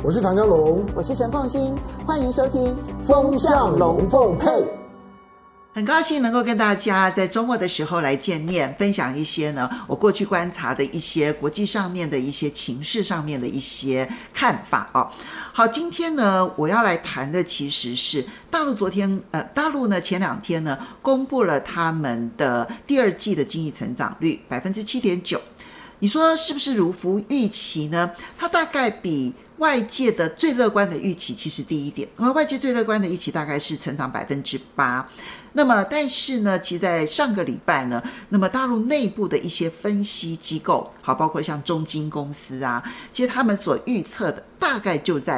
我是唐湘龙， 我是陈凤馨，欢迎收听风向龙凤配。 很高兴能够跟大家在周末的时候来见面，分享一些呢我过去观察的一些国际上面的一些情势上面的一些看法哦。好，今天呢我要来谈的其实是大陆呢前2天呢公布了他们的第2季的经济成长率 7.9%。你说是不是如符预期呢？它大概比外界的最乐观的预期其实低一点，因为外界最乐观的预期大概是成长 8%。那么但是呢，其实在上个礼拜呢，那么大陆内部的一些分析机构，好，包括像中金公司啊，其实他们所预测的大概就在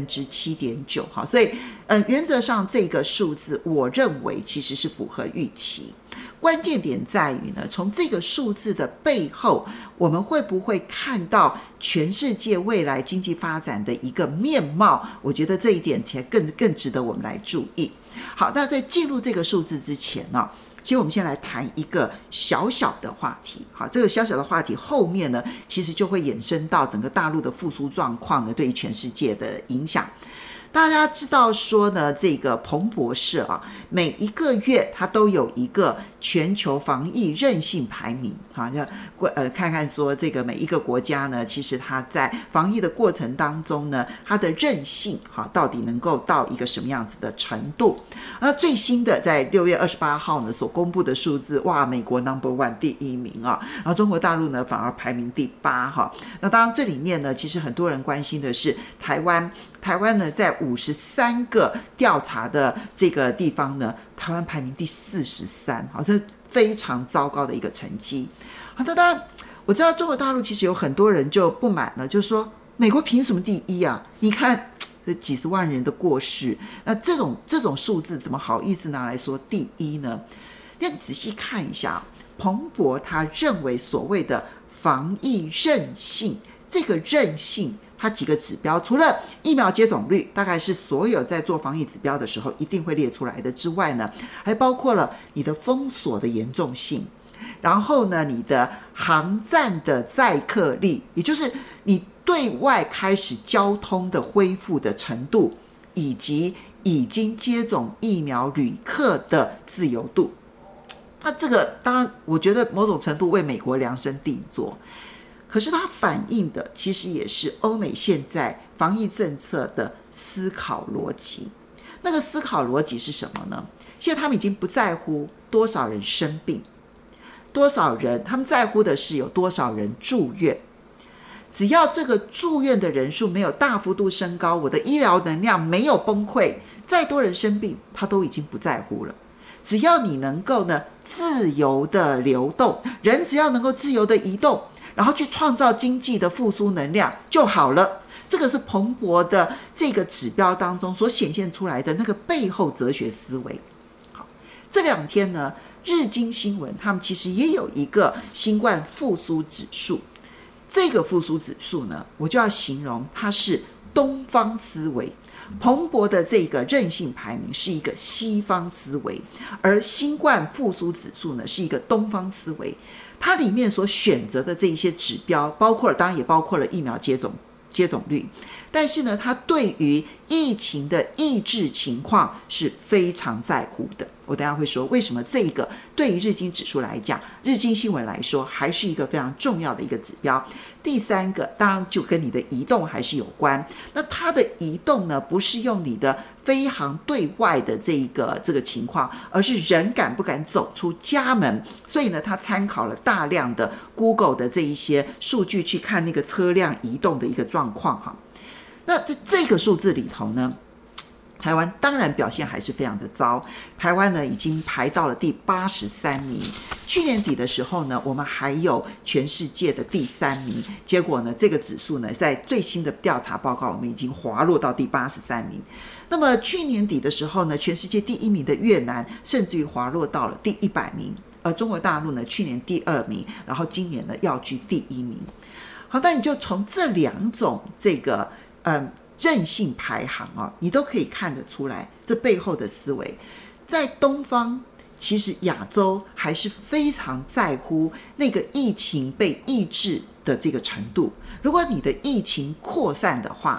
7.9%。好，所以原则上这个数字我认为其实是符合预期。关键点在于呢，从这个数字的背后，我们会不会看到全世界未来经济发展的一个面貌？我觉得这一点才更值得我们来注意。好，那在进入这个数字之前呢，其实我们先来谈一个小小的话题。好，这个小小的话题后面呢，其实就会衍生到整个大陆的复苏状况呢，对于全世界的影响。大家知道说呢，这个彭博社啊，每一个月它都有一个全球防疫韧性排名，好，看看说这个每一个国家呢，其实它在防疫的过程当中呢，它的韧性好到底能够到一个什么样子的程度？那最新的在6月28号呢所公布的数字，哇，美国 No.1 第1名啊，然后中国大陆呢反而排名第8哈。那当然这里面呢，其实很多人关心的是台湾呢在53个调查的这个地方呢，台湾排名第43，好，这非常糟糕的一个成绩。好，那当然我知道中国大陆其实有很多人就不满了，就是说美国凭什么第1啊？你看这几十万人的过世，那这种数字怎么好意思拿来说第1呢？你仔细看一下，彭博他认为所谓的防疫韧性，这个韧性它几个指标，除了疫苗接种率大概是所有在做防疫指标的时候一定会列出来的之外呢，还包括了你的封锁的严重性，然后呢你的航站的载客力，也就是你对外开始交通的恢复的程度，以及已经接种疫苗旅客的自由度。那这个当然我觉得某种程度为美国量身定做，可是它反映的其实也是欧美现在防疫政策的思考逻辑。那个思考逻辑是什么呢？现在他们已经不在乎多少人生病，多少人，他们在乎的是有多少人住院。只要这个住院的人数没有大幅度升高，我的医疗能量没有崩溃，再多人生病他都已经不在乎了。只要你能够呢自由的流动，人只要能够自由的移动，然后去创造经济的复苏能量就好了。这个是彭博的这个指标当中所显现出来的那个背后哲学思维。好，这2天呢，日经新闻他们其实也有一个新冠复苏指数。这个复苏指数呢，我就要形容它是东方思维。彭博的这个韧性排名是一个西方思维，而新冠复苏指数呢是一个东方思维。它里面所选择的这一些指标，当然也包括了疫苗接种率，但是呢，它对于疫情的抑制情况是非常在乎的。我等一下会说为什么这个对于日经指数来讲，日经新闻来说还是一个非常重要的一个指标。第3个当然就跟你的移动还是有关，那它的移动呢不是用你的飞航对外的这个情况，而是人敢不敢走出家门。所以呢，它参考了大量的 Google 的这一些数据去看那个车辆移动的一个状况哈。那在这个数字里头呢，台湾当然表现还是非常的糟，台湾呢已经排到了第83名。去年底的时候呢，我们还有全世界的第3名，结果呢这个指数呢在最新的调查报告我们已经滑落到第83名。那么去年底的时候呢，全世界第1名的越南甚至于滑落到了第100名，而中国大陆呢去年第2名，然后今年呢要居第1名。好，那你就从这2种这个韧性排行你都可以看得出来这背后的思维。在东方，其实亚洲还是非常在乎那个疫情被抑制的这个程度。如果你的疫情扩散的话，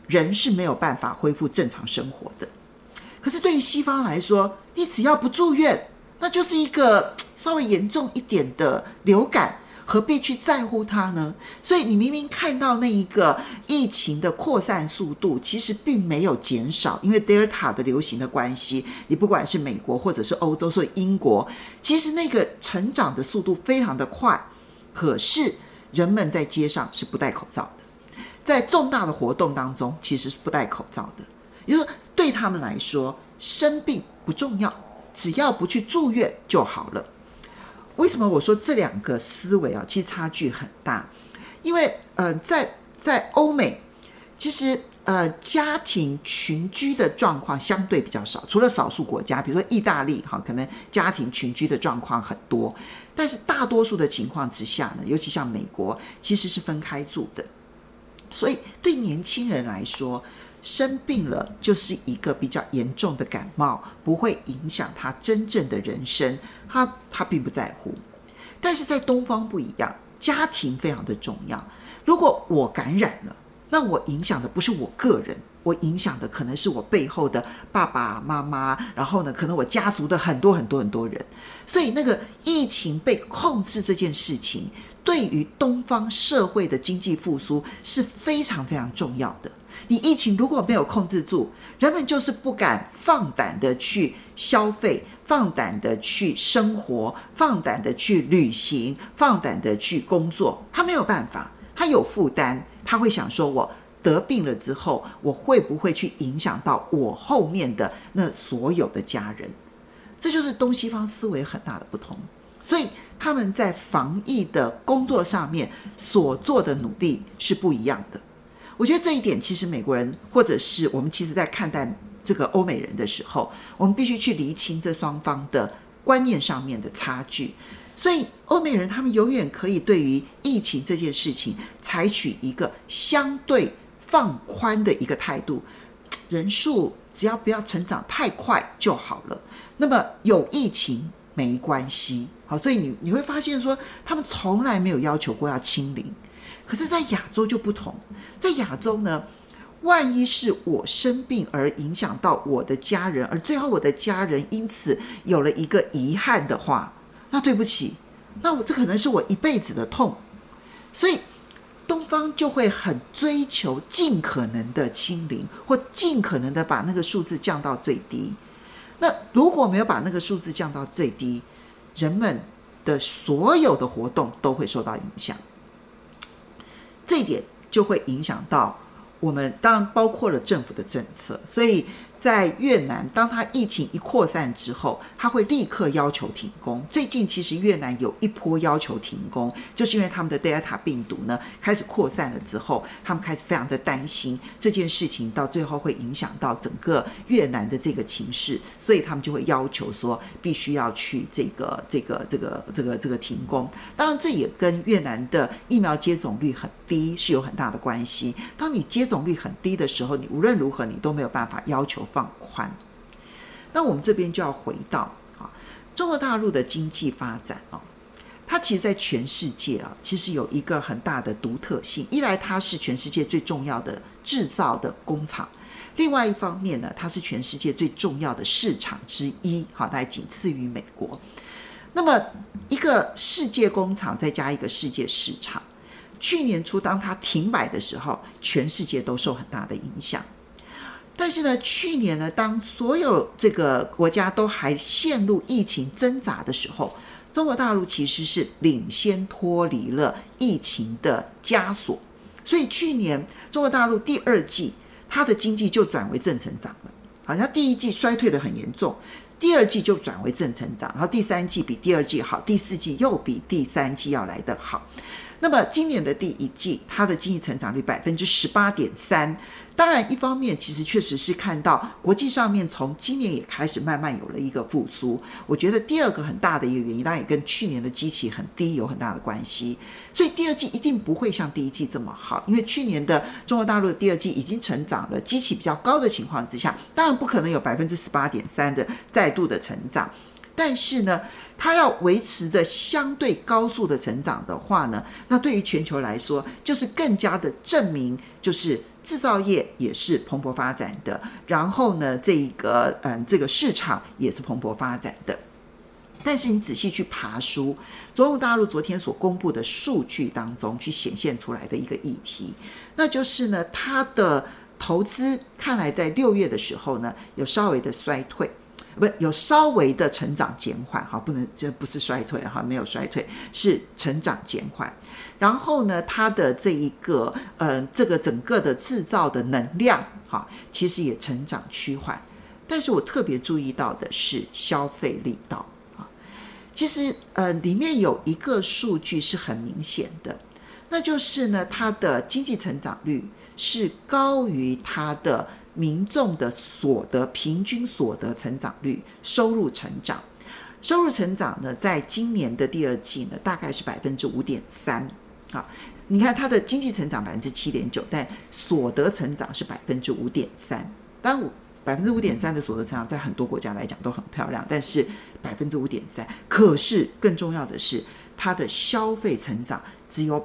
人是没有办法恢复正常生活的。可是对于西方来说，你只要不住院，那就是一个稍微严重一点的流感，何必去在乎它呢？所以你明明看到那一个疫情的扩散速度其实并没有减少，因为 Delta 的流行的关系，你不管是美国或者是欧洲，所以英国其实那个成长的速度非常的快，可是人们在街上是不戴口罩的，在重大的活动当中其实是不戴口罩的。也就是说对他们来说，生病不重要，只要不去住院就好了。为什么我说这两个思维其实差距很大？因为在欧美，其实家庭群居的状况相对比较少，除了少数国家，比如说意大利可能家庭群居的状况很多，但是大多数的情况之下呢，尤其像美国，其实是分开住的。所以对年轻人来说，生病了就是一个比较严重的感冒，不会影响他真正的人生，他并不在乎。但是在东方不一样，家庭非常的重要。如果我感染了，那我影响的不是我个人，我影响的可能是我背后的爸爸妈妈，然后呢，可能我家族的很多很多很多人。所以那个疫情被控制这件事情，对于东方社会的经济复苏是非常非常重要的。你疫情如果没有控制住，人们就是不敢放胆的去消费，放胆的去生活，放胆的去旅行，放胆的去工作。他没有办法，他有负担，他会想说，我得病了之后，我会不会去影响到我后面的那所有的家人？这就是东西方思维很大的不同。所以他们在防疫的工作上面所做的努力是不一样的。我觉得这一点其实美国人或者是我们其实在看待这个欧美人的时候，我们必须去厘清这双方的观念上面的差距。所以欧美人他们永远可以对于疫情这件事情采取一个相对放宽的一个态度，人数只要不要成长太快就好了，那么有疫情没关系。好，所以你会发现说，他们从来没有要求过要清零。可是在亚洲就不同，在亚洲呢，万一是我生病而影响到我的家人，而最后我的家人因此有了一个遗憾的话，那对不起，那这可能是我一辈子的痛。所以东方就会很追求尽可能的清零，或尽可能的把那个数字降到最低。那如果没有把那个数字降到最低，人们的所有的活动都会受到影响。这一点就会影响到我们，当然包括了政府的政策。所以在越南，当它疫情一扩散之后，它会立刻要求停工。最近其实越南有一波要求停工，就是因为他们的 Delta 病毒呢开始扩散了之后，他们开始非常的担心这件事情到最后会影响到整个越南的这个情势，所以他们就会要求说必须要去这个停工。当然这也跟越南的疫苗接种率很低是有很大的关系。当你接种率很低的时候，你无论如何你都没有办法要求放宽。那我们这边就要回到中国大陆的经济发展它其实在全世界其实有一个很大的独特性。一来它是全世界最重要的制造的工厂，另外一方面呢，它是全世界最重要的市场之一，大概仅次于美国。那么一个世界工厂再加一个世界市场，去年初当它停摆的时候，全世界都受很大的影响。但是呢，去年呢，当所有这个国家都还陷入疫情挣扎的时候，中国大陆其实是领先脱离了疫情的枷锁。所以去年中国大陆第二季它的经济就转为正成长了。好像第一季衰退的很严重，第二季就转为正成长，然后第三季比第二季好，第四季又比第三季要来得好。那么今年的第一季，它的经济成长率 18.3%。当然一方面其实确实是看到国际上面从今年也开始慢慢有了一个复苏。我觉得第二个很大的一个原因，当然也跟去年的基期很低有很大的关系。所以第二季一定不会像第一季这么好，因为去年的中国大陆的第二季已经成长了，基期比较高的情况之下，当然不可能有 18.3% 的再度的成长。但是呢，它要维持的相对高速的成长的话呢，那对于全球来说就是更加的证明，就是制造业也是蓬勃发展的，然后呢，这个市场也是蓬勃发展的。但是你仔细去爬书，中国大陆昨天所公布的数据当中去显现出来的一个议题，那就是呢，它的投资看来在6月的时候呢，有稍微的衰退，有稍微的成长减缓，这不是衰退，没有衰退，是成长减缓。然后呢，它的这个整个的制造的能量，其实也成长趋缓。但是我特别注意到的是消费力道。其实里面有一个数据是很明显的，那就是呢，它的经济成长率是高于它的民众的平均所得成长率，收入成长呢，在今年的第2季呢，大概是 5.3%。你看它的经济成长 7.9%， 但所得成长是 5.3%。当然5.3% 的所得成长在很多国家来讲都很漂亮，但是 5.3%， 可是更重要的是它的消费成长只有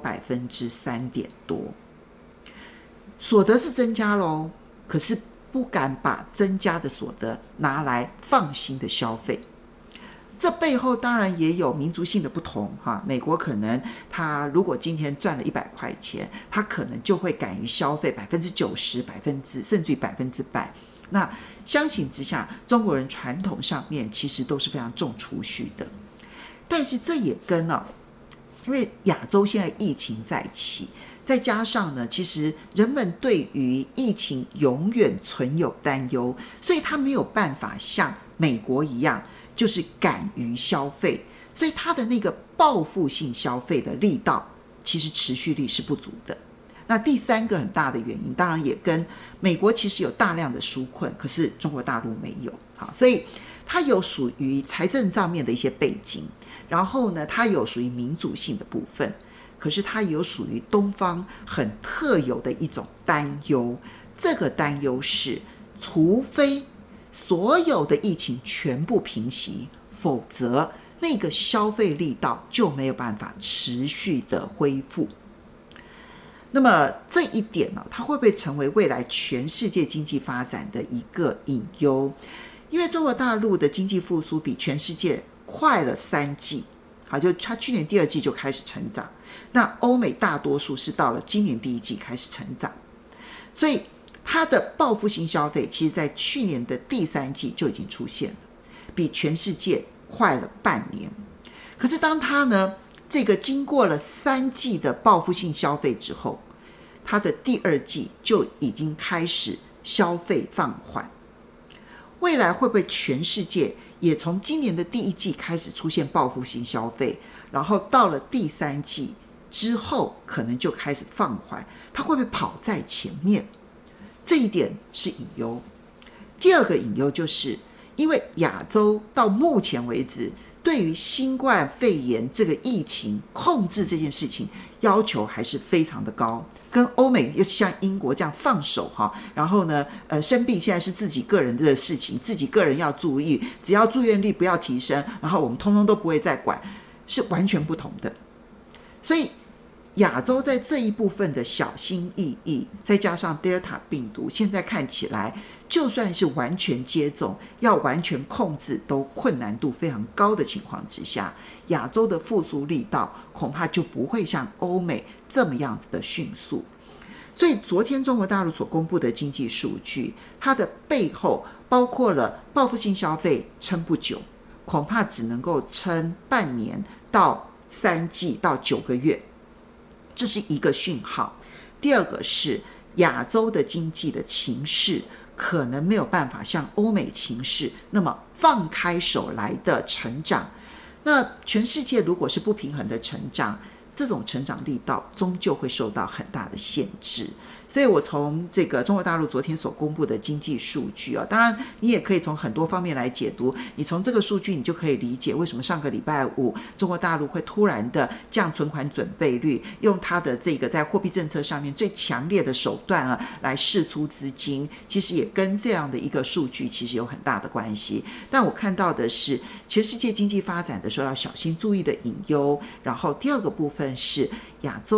3% 点多。所得是增加咯，可是不敢把增加的所得拿来放心的消费。这背后当然也有民族性的不同美国可能他如果今天赚了100块钱，他可能就会敢于消费 90%， 甚至于 100%。那相形之下，中国人传统上面其实都是非常重储蓄的。但是这也跟因为亚洲现在疫情在起，再加上呢，其实人们对于疫情永远存有担忧，所以他没有办法像美国一样就是敢于消费，所以他的那个报复性消费的力道其实持续力是不足的。那第3个很大的原因，当然也跟美国其实有大量的纾困，可是中国大陆没有。所以它有属于财政上面的一些背景，然后呢，它有属于民主性的部分，可是它有属于东方很特有的一种担忧。这个担忧是，除非所有的疫情全部平息，否则那个消费力道就没有办法持续的恢复。那么这一点呢，它会不会成为未来全世界经济发展的一个隐忧？因为中国大陆的经济复苏比全世界快了3季，就它去年第2季就开始成长，那欧美大多数是到了今年第1季开始成长，所以它的报复性消费其实在去年的第3季就已经出现了，比全世界快了半年。可是当它呢这个经过了3季的报复性消费之后，它的第2季就已经开始消费放缓。未来会不会全世界也从今年的第1季开始出现报复性消费，然后到了第3季之后可能就开始放缓，它会不会跑在前面？这一点是隐忧。第2个隐忧就是因为亚洲到目前为止对于新冠肺炎这个疫情控制这件事情要求还是非常的高，跟欧美又像英国这样放手然后呢生病现在是自己个人的事情，自己个人要注意，只要住院率不要提升，然后我们通通都不会再管，是完全不同的。所以亚洲在这一部分的小心翼翼，再加上 Delta 病毒现在看起来就算是完全接种，要完全控制都困难度非常高的情况之下，亚洲的复苏力道恐怕就不会像欧美这么样子的迅速。所以昨天中国大陆所公布的经济数据，它的背后包括了报复性消费撑不久，恐怕只能够撑半年到3季到9个月，这是一个讯号。第2个是亚洲的经济的情势可能没有办法像欧美情势那么放开手来的成长。那全世界如果是不平衡的成长，这种成长力道终究会受到很大的限制。所以我从这个中国大陆昨天所公布的经济数据当然你也可以从很多方面来解读，你从这个数据你就可以理解为什么上个礼拜5中国大陆会突然的降存款准备率，用它的这个在货币政策上面最强烈的手段来释出资金，其实也跟这样的一个数据其实有很大的关系。但我看到的是全世界经济发展的时候要小心注意的隐忧。然后第2个部分是亚洲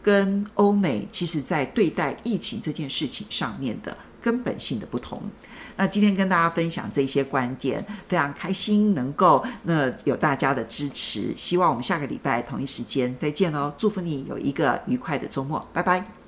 跟欧美其实在对待疫情这件事情上面的根本性的不同。那今天跟大家分享这些观点，非常开心能够有大家的支持，希望我们下个礼拜同一时间再见咯，祝福你有一个愉快的周末，拜拜。